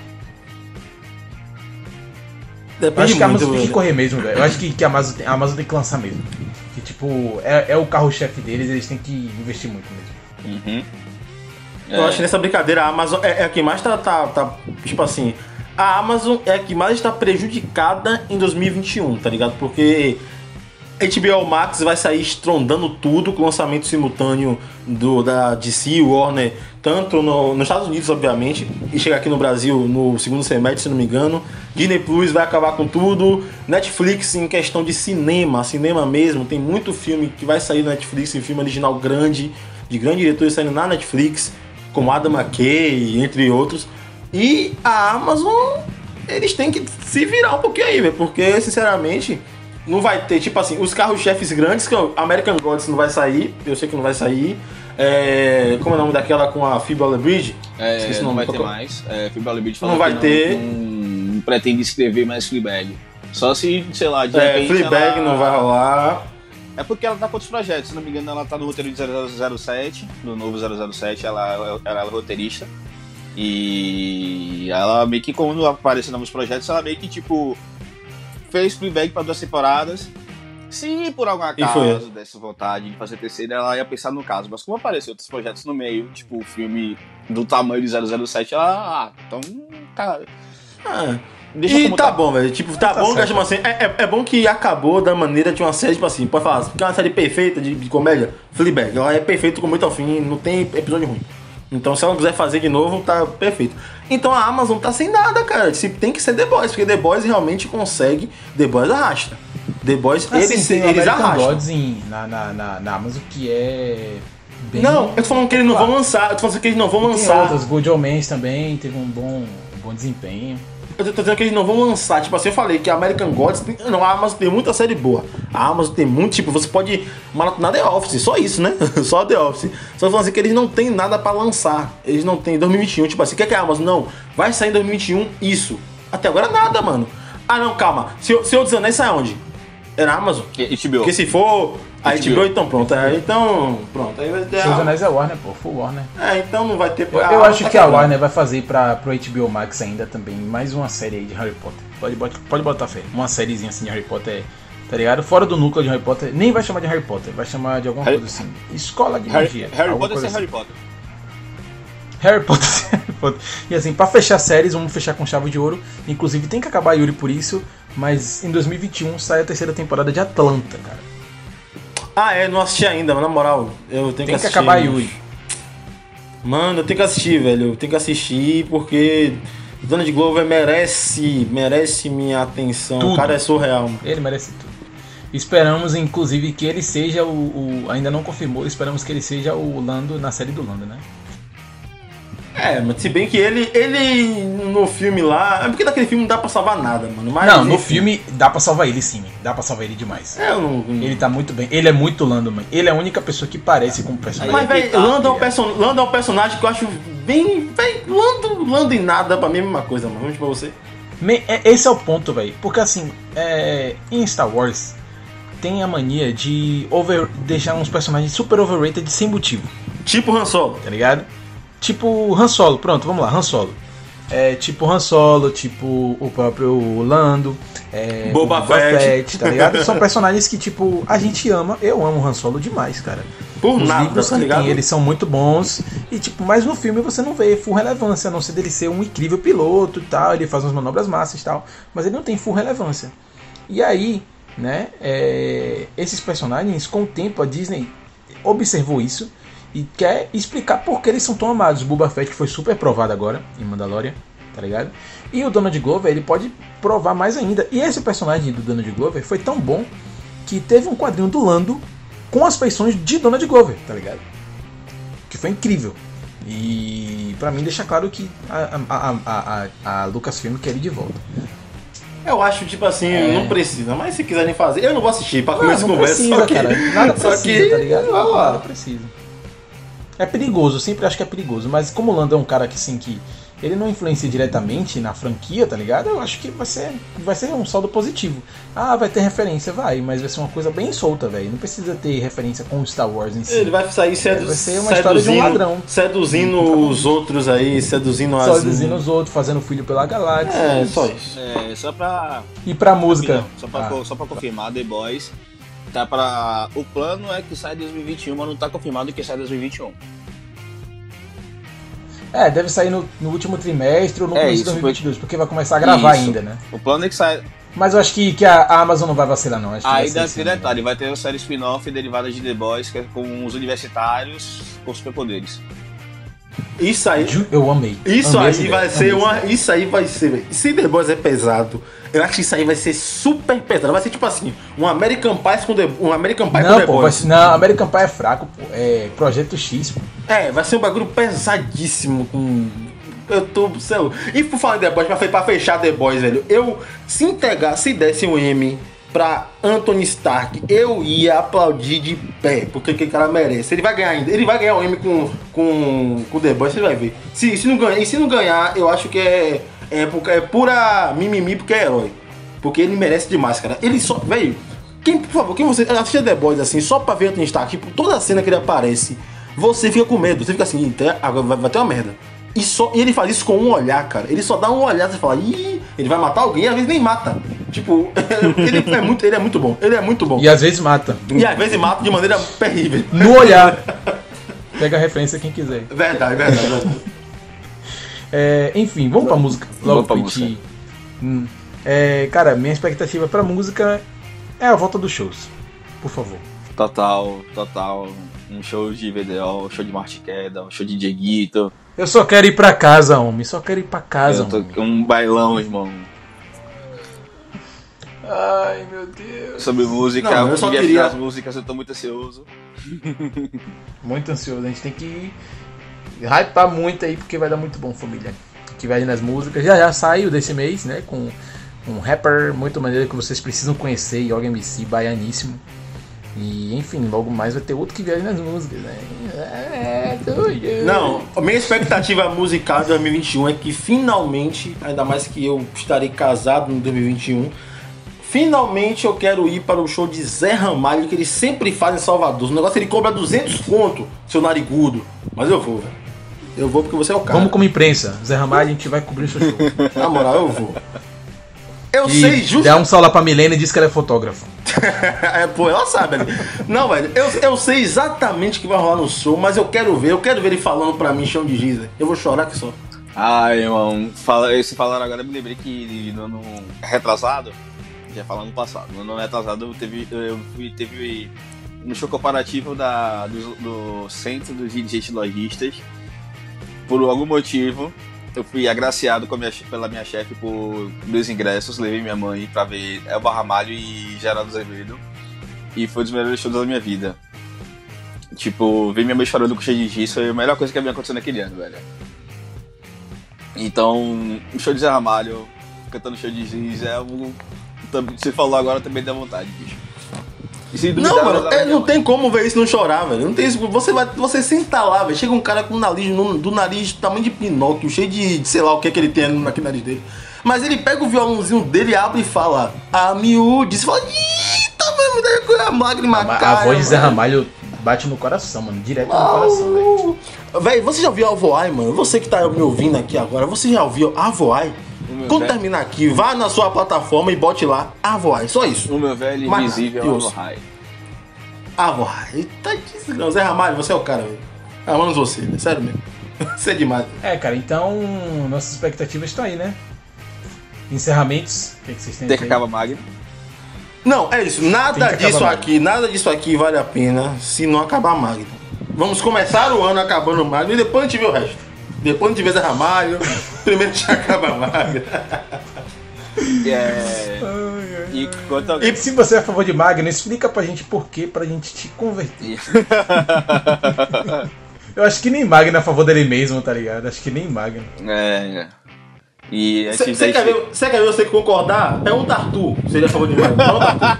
Depende eu acho que a Amazon muito, tem que correr mesmo, velho. Eu acho que, que a, Amazon tem, a Amazon tem que lançar mesmo. Que tipo, é, é o carro-chefe deles, eles têm que investir muito mesmo. Uhum. Eu é. acho que nessa brincadeira a Amazon é, é a que mais tá, tá, tá. Tipo assim, a Amazon é a que mais está prejudicada em dois mil e vinte e um, tá ligado? Porque H B O Max vai sair estrondando tudo com o lançamento simultâneo do, da D C, Warner, tanto no, nos Estados Unidos, obviamente, e chegar aqui no Brasil no segundo semestre, se não me engano. Disney Plus vai acabar com tudo. Netflix em questão de cinema, cinema mesmo, tem muito filme que vai sair na Netflix, em filme original grande, de grandes diretores saindo na Netflix, como Adam McKay, entre outros. E a Amazon, eles têm que se virar um pouquinho aí, velho, porque, sinceramente, não vai ter, tipo assim, os carros-chefes grandes, que o American Gods não vai sair, eu sei que não vai sair. É, como é o nome daquela com a Phoebe Waller-Bridge? É, Esqueci o não nome. vai ter mais. É, Phoebe Waller-Bridge falou Não vai que ter. Não, não pretende escrever mais Fleabag. Só se, sei lá, de É, repente Fleabag ela... não vai rolar. É porque ela tá com outros projetos, se não me engano ela tá no roteiro de zero zero sete, no novo zero zero sete, ela, ela é roteirista. E ela meio que, quando apareceu nos projetos, ela meio que tipo fez Fleabag para duas temporadas. Se por algum acaso desse vontade de fazer terceira, ela ia pensar no caso. Mas como apareceu outros projetos no meio, tipo o filme do tamanho de zero zero sete, ela, ah, então, cara... Ah, deixa e como tá, tá bom, velho. Tipo, tá, tá bom que certo. a assim, é, é, é bom que acabou da maneira de uma série, tipo assim, pode falar, porque é uma série perfeita de, de comédia, Fleabag, ela é perfeita com muito ao fim, não tem episódio ruim. Então, se ela quiser fazer de novo, tá perfeito. Então a Amazon tá sem nada, cara. Tem que ser The Boys, porque The Boys realmente consegue. The Boys arrasta. The Boys, Assim, eles, tem o eles American arrastam. Gods em, na, na, na, na Amazon, que é bem... Não, eu tô falando que eles não vão lançar. Eu tô falando que eles não vão Tem lançar. outras, Good Omens também teve um bom, um bom desempenho. Eu tô dizendo que eles não vão lançar. Tipo assim, eu falei que a American Gods tem... Não, a Amazon tem muita série boa. A Amazon tem muito, tipo, você pode maratonar The Office, só isso, né? Só The Office. Só falando assim que eles não tem nada pra lançar. Eles não tem. dois mil e vinte e um, tipo assim, o que é que a Amazon? Não, vai sair em dois mil e vinte e um isso. Até agora nada, mano. Ah, não, calma. Senhor, Senhor dos Anéis sai onde? É na Amazon? H B O. Porque se for a H B O. H B O, então pronto. É, então, pronto. Aí vai ter Seus a... Anéis é Warner, pô, full Warner. É, então não vai ter... Eu, a- eu acho tá que a quebrado. Warner vai fazer pra, pro H B O Max ainda também mais uma série aí de Harry Potter. Pode, pode, pode botar fé. Uma sériezinha assim de Harry Potter, tá ligado? Fora do núcleo de Harry Potter, nem vai chamar de Harry Potter, vai chamar de alguma Harry- coisa assim. Escola de Harry, magia. Harry alguma Potter coisa sem assim. Harry Potter. Harry Potter, Harry Potter. E assim, pra fechar séries, vamos fechar com chave de ouro. Inclusive tem que acabar Yuri por isso, mas em dois mil e vinte e um sai a terceira temporada de Atlanta, cara. Ah, é, não assisti ainda, mas na moral, eu tenho que Tem que assistir. acabar Yuri. Mano, eu tenho que assistir, velho. Eu tenho que assistir porque Donald Glover merece, merece minha atenção. Tudo. O cara é surreal. Mano. Ele merece tudo. Esperamos, inclusive, que ele seja o, o- ainda não confirmou, esperamos que ele seja o Lando na série do Lando, né? É, mas se bem que ele, ele no filme lá... É porque daquele filme não dá pra salvar nada, mano. Mas, não, no enfim. filme dá pra salvar ele sim, dá pra salvar ele demais. É, eu não... Ele tá muito bem, ele é muito Lando, mano. Ele é a única pessoa que parece com o personagem. Mas, velho, tá, Lando, é um ligado? person... Lando é um personagem que eu acho bem... Véio, Lando, Lando e nada pra mim é a mesma coisa, mano. Vamos pra você. Me- é- Esse é o ponto, velho. Porque assim, é, em Star Wars tem a mania de over- deixar uns personagens super overrated sem motivo, Tipo Han Solo. tá ligado? Tipo Han Solo, pronto, vamos lá, Han Solo. É, tipo Han Solo, tipo o próprio Lando. É, Boba Fett. tá ligado? São personagens que, tipo, a gente ama. Eu amo o Han Solo demais, cara. Por Os nada, livros tá que ligado? tem, eles são muito bons. E, tipo, mas no filme você não vê full relevância, a não ser dele ser um incrível piloto e tal. Ele faz umas manobras massas e tal. Mas ele não tem full relevância. E aí, né, é, esses personagens, com o tempo, a Disney observou isso e quer explicar por que eles são tão amados. O Boba Fett, que foi super provado agora em Mandalorian, tá ligado? E o Donald Glover, ele pode provar mais ainda. E esse personagem do Donald Glover foi tão bom que teve um quadrinho do Lando com as feições de Donald Glover, tá ligado? Que foi incrível. E pra mim deixa claro que a, a, a, a, a Lucasfilm quer ele de volta. Eu acho, tipo assim, É. não precisa, mas se quiserem fazer, eu não vou assistir pra começar Não, a não conversa. precisa, Só que, cara. Nada só precisa, que, tá ligado? ó, Não, nada precisa. É perigoso, eu sempre acho que é perigoso. Mas como o Lando é um cara que, assim, que ele não influencia diretamente na franquia, tá ligado? Eu acho que vai ser, vai ser um saldo positivo. Ah, vai ter referência, vai, mas vai ser uma coisa bem solta, velho. Não precisa ter referência com Star Wars em si. Ele vai sair sedu Vai ser uma história de um seduzindo, ladrão. seduzindo os outros aí, seduzindo as... Só seduzindo os outros, fazendo filho pela galáxia. É, só isso. É, só pra. E pra música. Rapidão, só, pra, Ah. só pra confirmar, The Boys. Tá pra. O plano é que sai em dois mil e vinte e um, mas não tá confirmado que sai em dois mil e vinte e um. É, deve sair no, no último trimestre ou no É começo de isso, dois mil e vinte e dois, porque vai começar a gravar Isso. ainda, né? O plano é que sai. Mas eu acho que, que a, a Amazon não vai vacilar, não. Acho que vai Aí ser dá esse tem ano. detalhe, vai ter uma série spin-off derivada de The Boys, que é com os universitários com superpoderes. Isso aí, Ju- Eu amei. isso Amei essa aí ideia, vai amei ser essa uma... ideia. Isso aí vai ser, velho. Se The Boys é pesado, eu acho que isso aí vai ser super pesado. Vai ser tipo assim, um American Pie com The, um American Pie com Não, The pô, vai Boys. ser, não, American Pie é fraco, pô. É Projeto X, pô. É, vai ser um bagulho pesadíssimo com... Eu tô... Sei lá. E por falar em The Boys, pra, fe- pra fechar The Boys, velho, eu... Se entregar, se desse um M pra Anthony Stark, eu ia aplaudir de pé, porque aquele cara merece. Ele vai ganhar ainda. Ele vai ganhar o M com, com, com The Boys, você vai ver. Se, se, não ganhar, e se não ganhar, eu acho que é, é, porque é pura mimimi porque é herói. Porque ele merece demais, cara. Ele só... Velho, quem, por favor, quem você assiste The Boys assim, só pra ver Anthony Stark, tipo, toda a cena que ele aparece, você fica com medo. Você fica assim, "Eita, agora vai, vai ter uma merda." E, só, e ele faz isso com um olhar, cara. Ele só dá um olhar, você fala, ih, ele vai matar alguém, e às vezes nem mata. Tipo, ele é muito, ele é muito bom. Ele é muito bom. E às vezes mata. E às vezes mata de maneira terrível. No olhar. Pega a referência quem quiser. Verdade, verdade, verdade. É, enfim, vamos pra música. Logo Vamos pra pra gente- Hum. É, cara, minha expectativa pra música é a volta dos shows. Por favor. Total, total. Um show de V D O, um show de Marte Queda, um show de Dieguito. Eu só quero ir pra casa, homem. Só quero ir pra casa, Eu tô homem. com um bailão, irmão. Ai, meu Deus. Sobre música, Não, eu só queria queria- as músicas, eu tô muito ansioso. Muito ansioso. A gente tem que hypar muito aí, porque vai dar muito bom, família. Que vai nas músicas. Já já saiu desse mês, né? Com um rapper muito maneiro que vocês precisam conhecer, Yoga M C, baianíssimo. E enfim, logo mais vai ter outro que viaja nas músicas, né? É, doido. Não, a minha expectativa musical de dois mil e vinte e um é que finalmente, ainda mais que eu estarei casado em dois mil e vinte e um, finalmente eu quero ir para o show de Zé Ramalho, que ele sempre faz em Salvador. O negócio ele cobra duzentos conto, seu narigudo. Mas eu vou, velho. Eu vou porque você é o cara. Vamos como imprensa. Zé Ramalho, a gente vai cobrir o seu show. Na moral, eu vou. Eu E sei justo. dá um salve lá pra Milena e diz que ela é fotógrafa. É, pô, ela sabe, velho. Não, velho, eu, eu sei exatamente o que vai rolar no show, mas eu quero ver, eu quero ver ele falando pra mim, chão de giz, velho. Eu vou chorar que só. Ai, irmão, fala, esse falaram agora, eu me lembrei que no ano retrasado, já falando no passado, no ano retrasado eu teve, eu fui, teve no show comparativo da, do, do Centro dos Dirigentes Lojistas. Por algum motivo, eu fui agraciado com a minha, pela minha chefe por dois ingressos, levei minha mãe pra ver Elba Ramalho e Geraldo Azevedo, e foi um dos melhores shows da minha vida. Tipo, ver minha mãe chorando com cheio de giz foi a melhor coisa que havia acontecido naquele ano, velho. Então, o show de Zé Ramalho, cantando show de giz, é o... Você falou agora, também dá vontade, bicho. E se duvidar, Não, mano, vai dar é, minha não mãe. tem como ver isso e não chorar, velho. Não tem isso. Você vai, você senta lá, velho. Chega um cara com o nariz, no- do nariz do tamanho de Pinóquio, cheio de, de sei lá o que, que ele tem naquele nariz dele. Mas ele pega o violãozinho dele, abre e fala, a miúde. Você fala, eita, meu, me dá a lágrima A, cai, a voz de Zé velho. Ramalho bate no coração, mano. Direto no coração, velho. Véi, você já ouviu Avoai, mano? Você que tá me ouvindo aqui agora, você já ouviu Avoai? Quando velho... terminar aqui, vá na sua plataforma e bote lá Avoai. Só isso. O meu velho invisível é o Avoai. Avoai. Tá desgraçado. Zé Ramalho, você é o cara, velho. Amamos você, né? Sério mesmo. Você é demais. É, cara, então nossas expectativas estão aí, né? Encerramentos, o que, é que vocês têm? Tem que acabar Magno. Não, é isso. Nada disso Magno. aqui, nada disso aqui vale a pena se não acabar Magno. Vamos começar o ano acabando Magno e depois a gente vê o resto. Depois a gente vê Zé Ramalho, primeiro a gente acaba Magno. É... E, quanto ao... e se você é a favor de Magno, explica pra gente por quê, pra gente te converter. Eu acho que nem Magno é a favor dele mesmo, tá ligado? Acho que nem Magno. É... E Você quer, quer ver você concordar? Pergunta Arthur, seria a favor de Magno. Pergunta Arthur.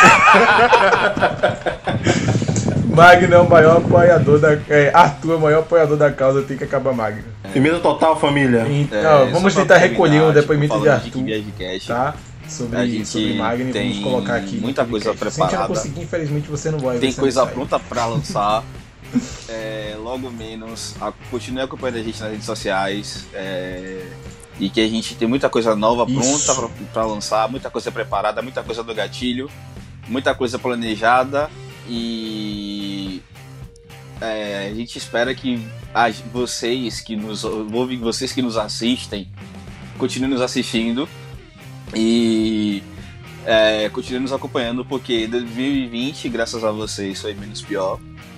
Magno é o maior apoiador da... É, Arthur é o maior apoiador da causa, tem que acabar Magno. Firmeza total, família. Então, É, vamos só tentar pra recolher um terminar, depoimento tipo, de falando Arthur, de Geekcast, tá? Sobre, a gente sobre Magno e vamos tem colocar aqui. no muita coisa podcast. Se a gente não preparada. conseguir, infelizmente você não vai. Tem você coisa não sai. pronta pra lançar. É, logo menos, a, continue acompanhando a gente nas redes sociais. É, e que a gente tem muita coisa nova Isso. pronta pra, pra lançar, muita coisa preparada, muita coisa do gatilho, muita coisa planejada. E é, a gente espera que as, vocês que nos ouvem, vocês que nos assistem, continuem nos assistindo e é, continuem nos acompanhando, porque dois mil e vinte, graças a vocês, foi menos pior.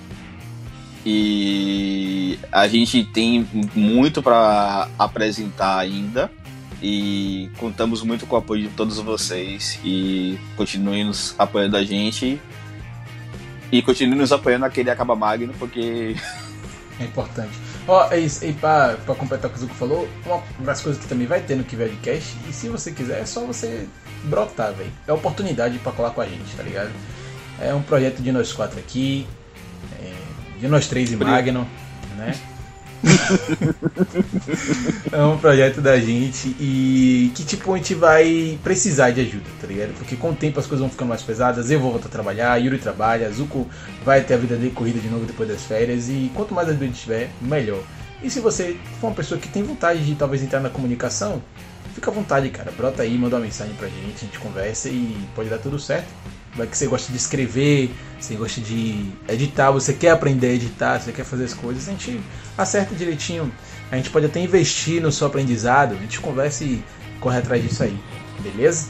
E a gente tem muito para apresentar ainda e contamos muito com o apoio de todos vocês, e continuem nos apoiando a gente e continuem nos apoiando aquele Acaba Magno, porque É importante. Ó, é isso. E pra, pra completar o que o Zuko falou, uma das coisas que também vai ter no KiVedcast, e se você quiser, é só você brotar, velho. É oportunidade pra colar com a gente, tá ligado? É um projeto de nós quatro aqui, é, de nós três e Magno, né? É um projeto da gente e que tipo a gente vai precisar de ajuda, tá ligado? Porque com o tempo as coisas vão ficando mais pesadas, eu vou voltar a trabalhar, Yuri trabalha, Zuko vai ter a vida dele corrida de novo depois das férias, e quanto mais ajuda a gente tiver, melhor. E se você for uma pessoa que tem vontade de talvez entrar na comunicação, fica à vontade, cara, brota aí, manda uma mensagem pra gente, a gente conversa e pode dar tudo certo. Vai que você gosta de escrever, você gosta de editar, você quer aprender a editar, você quer fazer as coisas, a gente acerta direitinho. A gente pode até investir no seu aprendizado, a gente conversa e corre atrás disso aí, beleza?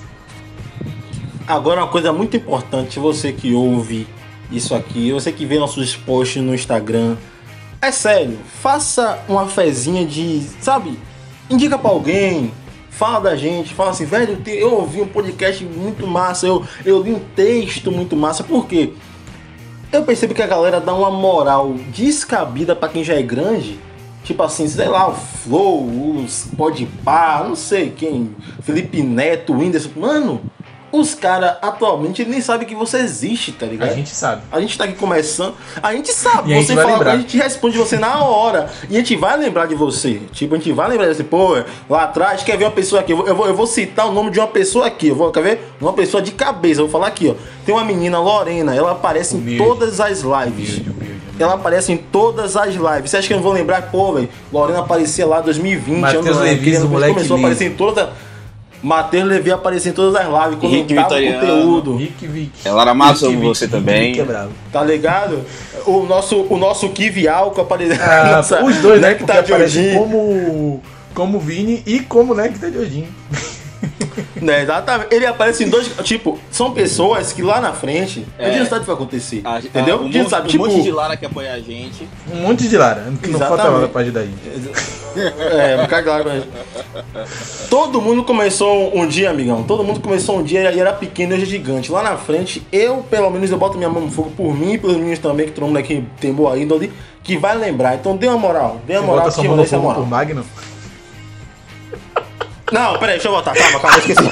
Agora, uma coisa muito importante, você que ouve isso aqui, você que vê nossos posts no Instagram, é sério, faça uma fezinha de, sabe, indica pra alguém. Fala da gente, fala assim, velho, eu ouvi um podcast muito massa, eu, eu li um texto muito massa. Por quê? Eu percebo que a galera dá uma moral descabida pra quem já é grande. Tipo assim, sei lá, o Flow, os Podpah, não sei quem, Felipe Neto, Whindersson. Mano, os caras atualmente nem sabem que você existe, tá ligado? A gente sabe. A gente tá aqui começando, a gente sabe, E a você gente vai fala, lembrar. a gente responde você na hora. E a gente vai lembrar de você. Tipo, a gente vai lembrar de você, pô, lá atrás, quer ver uma pessoa aqui? Eu vou, eu vou, eu vou citar o nome de uma pessoa aqui. Eu vou, quer ver? Uma pessoa de cabeça. Eu vou falar aqui, ó. Tem uma menina, Lorena, ela aparece Humilde. em todas as lives. Humilde, humilde, humilde. Ela aparece em todas as lives. Você acha que eu não vou lembrar? Pô, velho, Lorena aparecia lá em dois mil e vinte. Matheus ano- Levis, ano- o moleque começou a lindo. aparecer em todas. Matheus Levi aparecia em todas as lives, Henrique comentava o Vitoriano. conteúdo. Rick Vic. Ela massa Rick Vic, você Rick também. Vic é bravo. Tá ligado? O nosso, o nosso Kiwi Alco apareceu. Ah, os dois, né? Que Porque tá de aparecem Odin. como, como Vini e como Nectar de Odin. Né, exatamente. Ele aparece em dois. Tipo, são pessoas que lá na frente. É. A gente não sabe o que vai acontecer. A- entendeu? a- um a gente monte, sabe, um tipo. monte de Lara que apoia a gente. Um monte de Lara, que não falta Exatamente. nada pra ajudar a gente. É, um cara lá. Todo mundo começou um dia, amigão. Todo mundo começou um dia e era pequeno e hoje é gigante. Lá na frente, eu, pelo menos, eu boto minha mão no fogo por mim e pelos meninos também, que todo mundo aqui tem boa índole, que vai lembrar. Então dê uma moral. Dê uma Você moral bota que sua eu mão vou no dar essa fogo por moral. Magno? Não, peraí, deixa eu voltar. Calma, calma, eu esqueci.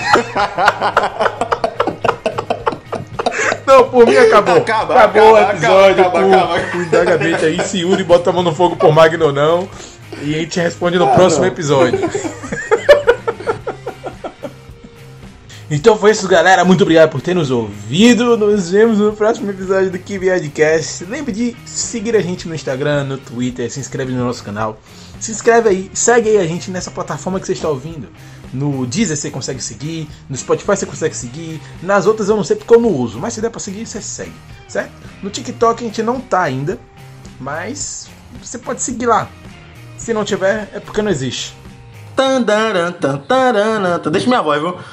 Não, por mim acabou. Acaba, acabou acaba, o episódio. acaba, o, acaba, acaba. o indagamente aí, se Yuri bota a mão no fogo por Magno ou não. E a gente responde no Ah, próximo não. episódio. Então foi isso, galera. Muito obrigado por ter nos ouvido. Nos vemos no próximo episódio do Que Viadcast. Lembre de seguir a gente no Instagram, no Twitter, se inscreve no nosso canal. Se inscreve aí, segue aí a gente nessa plataforma que você está ouvindo. No Deezer você consegue seguir, no Spotify você consegue seguir, nas outras eu não sei porque eu não uso, mas se der pra seguir, você segue, certo? No TikTok a gente não tá ainda, mas você pode seguir lá. Se não tiver, é porque não existe. Deixa minha voz, viu?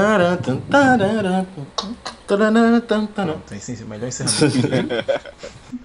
Tem sim, melhor encerramento.